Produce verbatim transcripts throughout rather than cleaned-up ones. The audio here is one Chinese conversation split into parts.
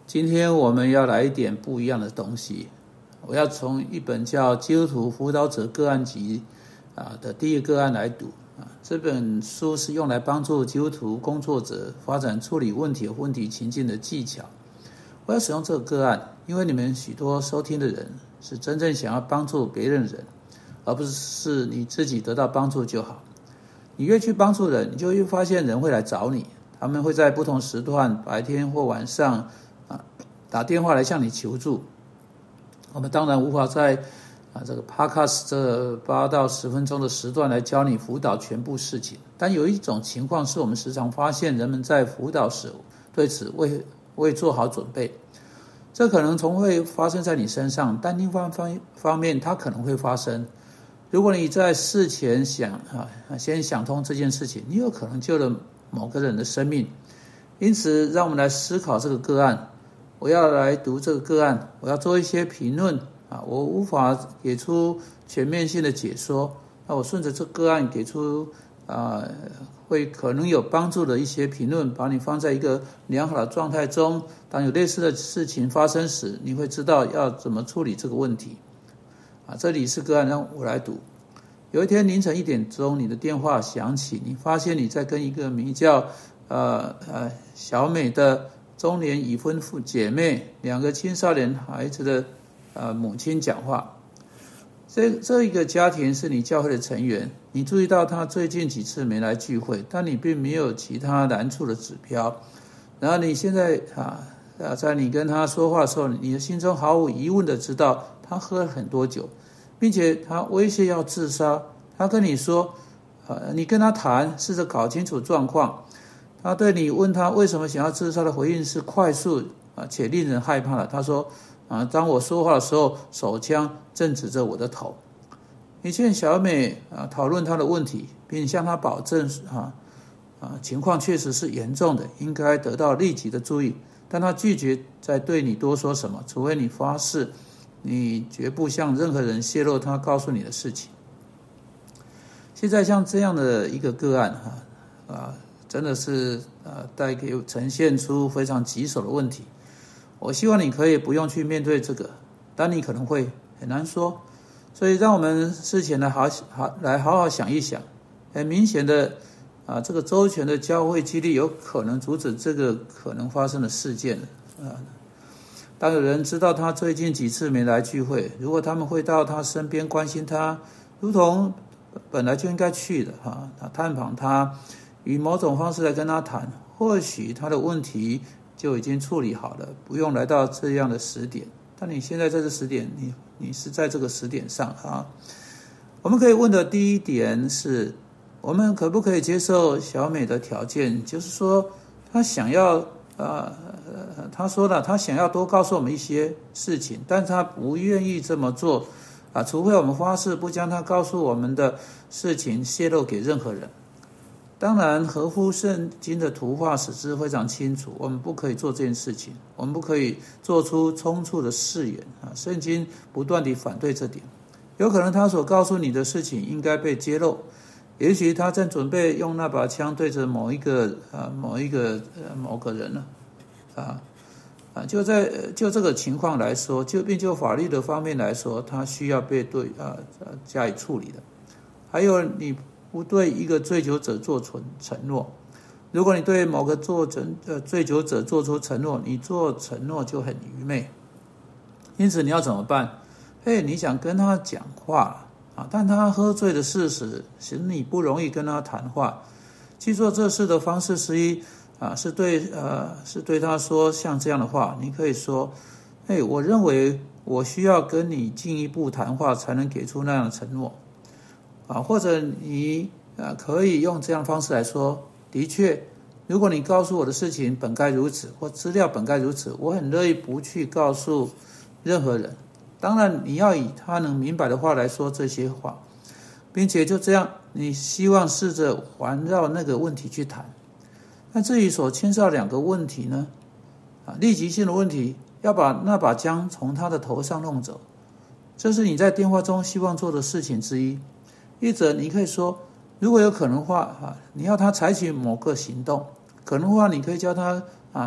今天我们要来一点不一样的东西。我要从一本叫《基督徒辅导者个案集》啊的第一个个案来读啊。这本书是用来帮助基督徒工作者发展处理问题和问题情境的技巧。我要使用这个个案，因为你们许多收听的人是真正想要帮助别人的人，而不是你自己得到帮助就好。你越去帮助人，你就越发现人会来找你，他们会在不同时段，白天或晚上啊，打电话来向你求助。我们当然无法在啊这个 podcast 这八到十分钟的时段来教你辅导全部事情，但有一种情况是我们时常发现人们在辅导时对此未未做好准备。这可能从会发生在你身上，但另外方方面它可能会发生。如果你在事前想啊先想通这件事情，你有可能救了某个人的生命。因此让我们来思考这个个案。我要来读这个个案，我要做一些评论啊，我无法给出全面性的解说，那我顺着这个个案给出啊，会可能有帮助的一些评论，把你放在一个良好的状态中。当有类似的事情发生时，你会知道要怎么处理这个问题啊。这里是个案，让我来读。有一天凌晨一点钟，你的电话响起，你发现你在跟一个名叫呃呃小美的中年已婚妇姐妹，两个青少年孩子的呃母亲讲话。这这一个家庭是你教会的成员，你注意到他最近几次没来聚会，但你并没有其他难处的指标。然后你现在啊啊，在你跟他说话的时候，你的心中毫无疑问的知道他喝了很多酒，并且他威胁要自杀。他跟你说，呃，你跟他谈，试着搞清楚状况。他对你问他为什么想要自杀的回应是快速啊且令人害怕的。他说啊，当我说话的时候，手枪正指着我的头。你劝小美啊讨论她的问题，并向她保证啊啊情况确实是严重的，应该得到立即的注意。但她拒绝再对你多说什么，除非你发誓你绝不向任何人泄露她告诉你的事情。现在像这样的一个个案啊啊。真的是呃带给呈现出非常棘手的问题。我希望你可以不用去面对这个，但你可能会很难说。所以让我们事前来好好来好好想一想。很明显的啊，这个周全的教会纪律有可能阻止这个可能发生的事件啊。当有人知道他最近几次没来聚会，如果他们会到他身边关心他，如同本来就应该去的哈，他探访他。以某种方式来跟他谈，或许他的问题就已经处理好了，不用来到这样的时点。但你现在在这时点，你你是在这个时点上啊。我们可以问的第一点是，我们可不可以接受小美的条件？就是说，她想要呃，她说了，她想要多告诉我们一些事情，但她不愿意这么做啊，除非我们发誓不将她告诉我们的事情泄露给任何人。当然，合乎圣经的图画使之非常清楚，我们不可以做这件事情，我们不可以做出冲突的誓言啊！圣经不断地反对这点。有可能他所告诉你的事情应该被揭露，也许他正准备用那把枪对着某一个啊某一个呃某个人呢啊啊！就在就这个情况来说，就并就法律的方面来说，他需要被对啊加以处理的。还有你。不对一个追求者做承诺。如果你对某个做呃追求者做出承诺，你做承诺就很愚昧。因此你要怎么办？嘿，你想跟他讲话啊，但他喝醉的事实使你不容易跟他谈话。去做这事的方式之一啊，是对呃是对他说像这样的话。你可以说，嘿，我认为我需要跟你进一步谈话，才能给出那样的承诺。啊，或者你啊可以用这样的方式来说，的确，如果你告诉我的事情本该如此，或资料本该如此，我很乐意不去告诉任何人。当然，你要以他能明白的话来说这些话，并且就这样，你希望试着环绕那个问题去谈。那至于所牵涉两个问题呢，啊，立即性的问题，要把那把枪从他的头上弄走，这是你在电话中希望做的事情之一。一者你可以说，如果有可能的话啊，你要他采取某个行动，可能的话你可以叫他啊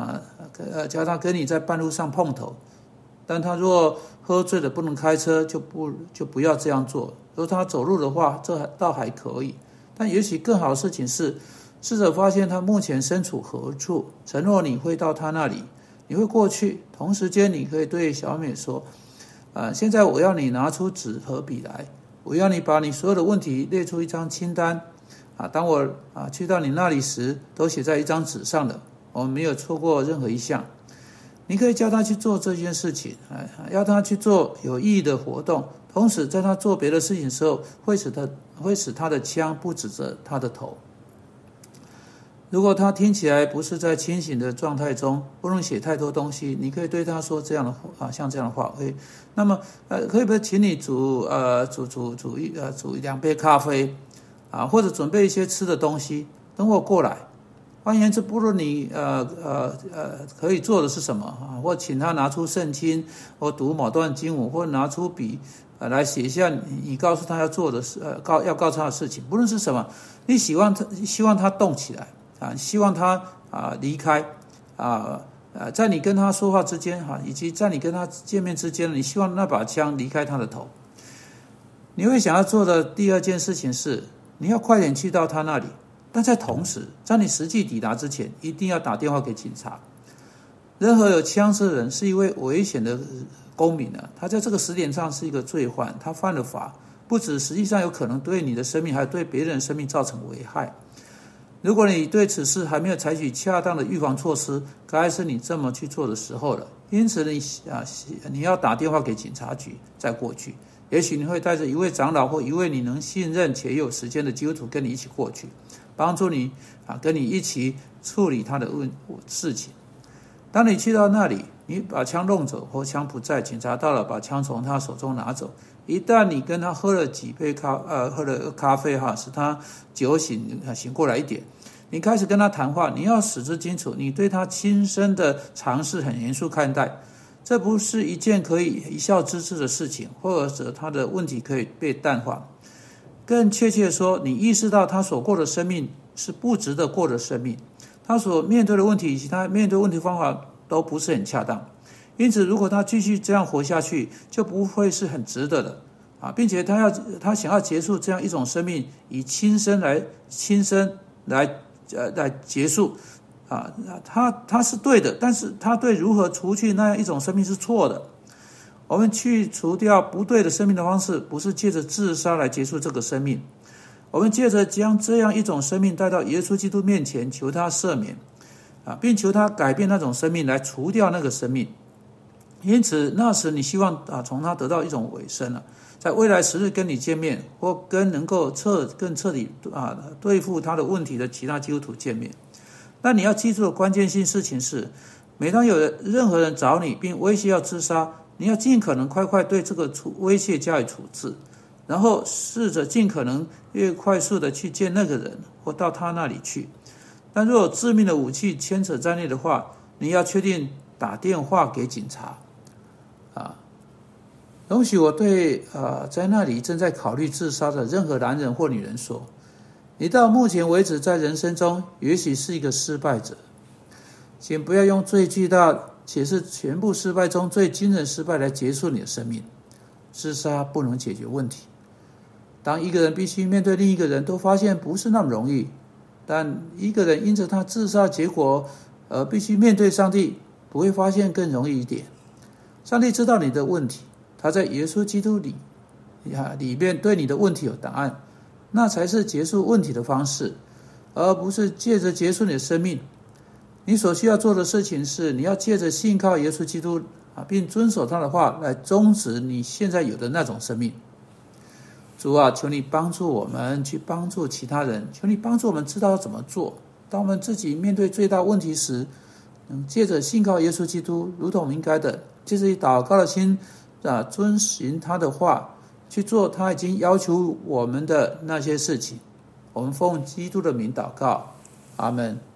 呃叫他跟你在半路上碰头，但他若喝醉了不能开车，就不就不要这样做。如果他走路的话，这倒还可以。但也许更好的事情是，试着发现他目前身处何处，承诺你会到他那里，你会过去。同时间，你可以对小美说：“呃，现在我要你拿出纸和笔来，我要你把你所有的问题列出一张清单。啊，当我啊去到你那里时，都写在一张纸上了，我们没有错过任何一项。你可以叫他去做这件事情，啊，要他去做有意义的活动。同时，在他做别的事情的时候，会使他会使他的枪不指着他的头。如果他听起来不是在清醒的状态中，不能写太多东西，你可以对他说这样的话，啊，像这样的话，会，那么呃，可以不可以请你煮呃煮煮煮一呃煮两杯咖啡？啊，或者准备一些吃的东西，等我过来。换言之，不论你呃呃呃可以做的是什么啊，或请他拿出圣经，或读某段经文，或拿出笔呃来写下你你告诉他要做的事，呃告要告诉他的事情，不论是什么，你希望他希望他动起来啊，希望他啊离开啊呃，在你跟他说话之间哈，以及在你跟他见面之间，你希望那把枪离开他的头。你会想要做的第二件事情是，你要快点去到他那里，但在同时，在你实际抵达之前，一定要打电话给警察。任何有枪支的人是一位危险的公民啊，他在这个时点上是一个罪犯，他犯了法，不止实际上有可能对你的生命，还有对别人的生命造成危害。如果你对此事还没有采取恰当的预防措施，该是你这么去做的时候了。因此你啊，你要打电话给警察局再过去。也许你会带着一位长老或一位你能信任且有时间的基督徒跟你一起过去，帮助你啊，跟你一起处理他的问事情。当你去到那里，你把枪弄走或枪不在，警察到了，把枪从他手中拿走。一旦你跟他喝了几杯咖呃喝了咖啡哈，使他酒醒醒过来一点，你开始跟他谈话，你要使之清楚，你对他亲身的尝试很严肃看待。这不是一件可以一笑置之的事情，或者他的问题可以被淡化。更确切地说，你意识到他所过的生命是不值得过的生命，他所面对的问题以及他面对问题方法都不是很恰当。因此，如果他继续这样活下去，就不会是很值得的啊，并且他要他想要结束这样一种生命，以亲身来亲身来呃来结束。啊，他他是对的，但是他对如何除去那样一种生命是错的。我们去除掉不对的生命的方式，不是借着自杀来结束这个生命，我们借着将这样一种生命带到耶稣基督面前，求他赦免啊，并求他改变那种生命，来除掉那个生命。因此，那时你希望啊从他得到一种尾声了，在未来时日跟你见面，或跟能够彻更彻底啊对付他的问题的其他基督徒见面。那你要记住的关键性事情是，每当有任何人找你并威胁要自杀，你要尽可能快快对这个威胁加以处置，然后试着尽可能越快速的去见那个人或到他那里去。但若有致命的武器牵扯在内的话，你要确定打电话给警察。啊，容许我对呃在那里正在考虑自杀的任何男人或女人说，你到目前为止在人生中也许是一个失败者，请不要用最巨大且是全部失败中最惊人失败来结束你的生命。自杀不能解决问题。当一个人必须面对另一个人，都发现不是那么容易。但一个人因着他自杀结果而必须面对上帝，不会发现更容易一点。上帝知道你的问题，他在耶稣基督里里面对你的问题有答案。那才是结束问题的方式，而不是借着结束你的生命。你所需要做的事情是，你要借着信靠耶稣基督啊，并遵守他的话来终止你现在有的那种生命。主啊，求你帮助我们去帮助其他人，求你帮助我们知道怎么做。当我们自己面对最大问题时，能借着信靠耶稣基督，如同应该的，借着以祷告的心啊，遵循他的话，去做他已经要求我们的那些事情。我们奉基督的名祷告，阿们。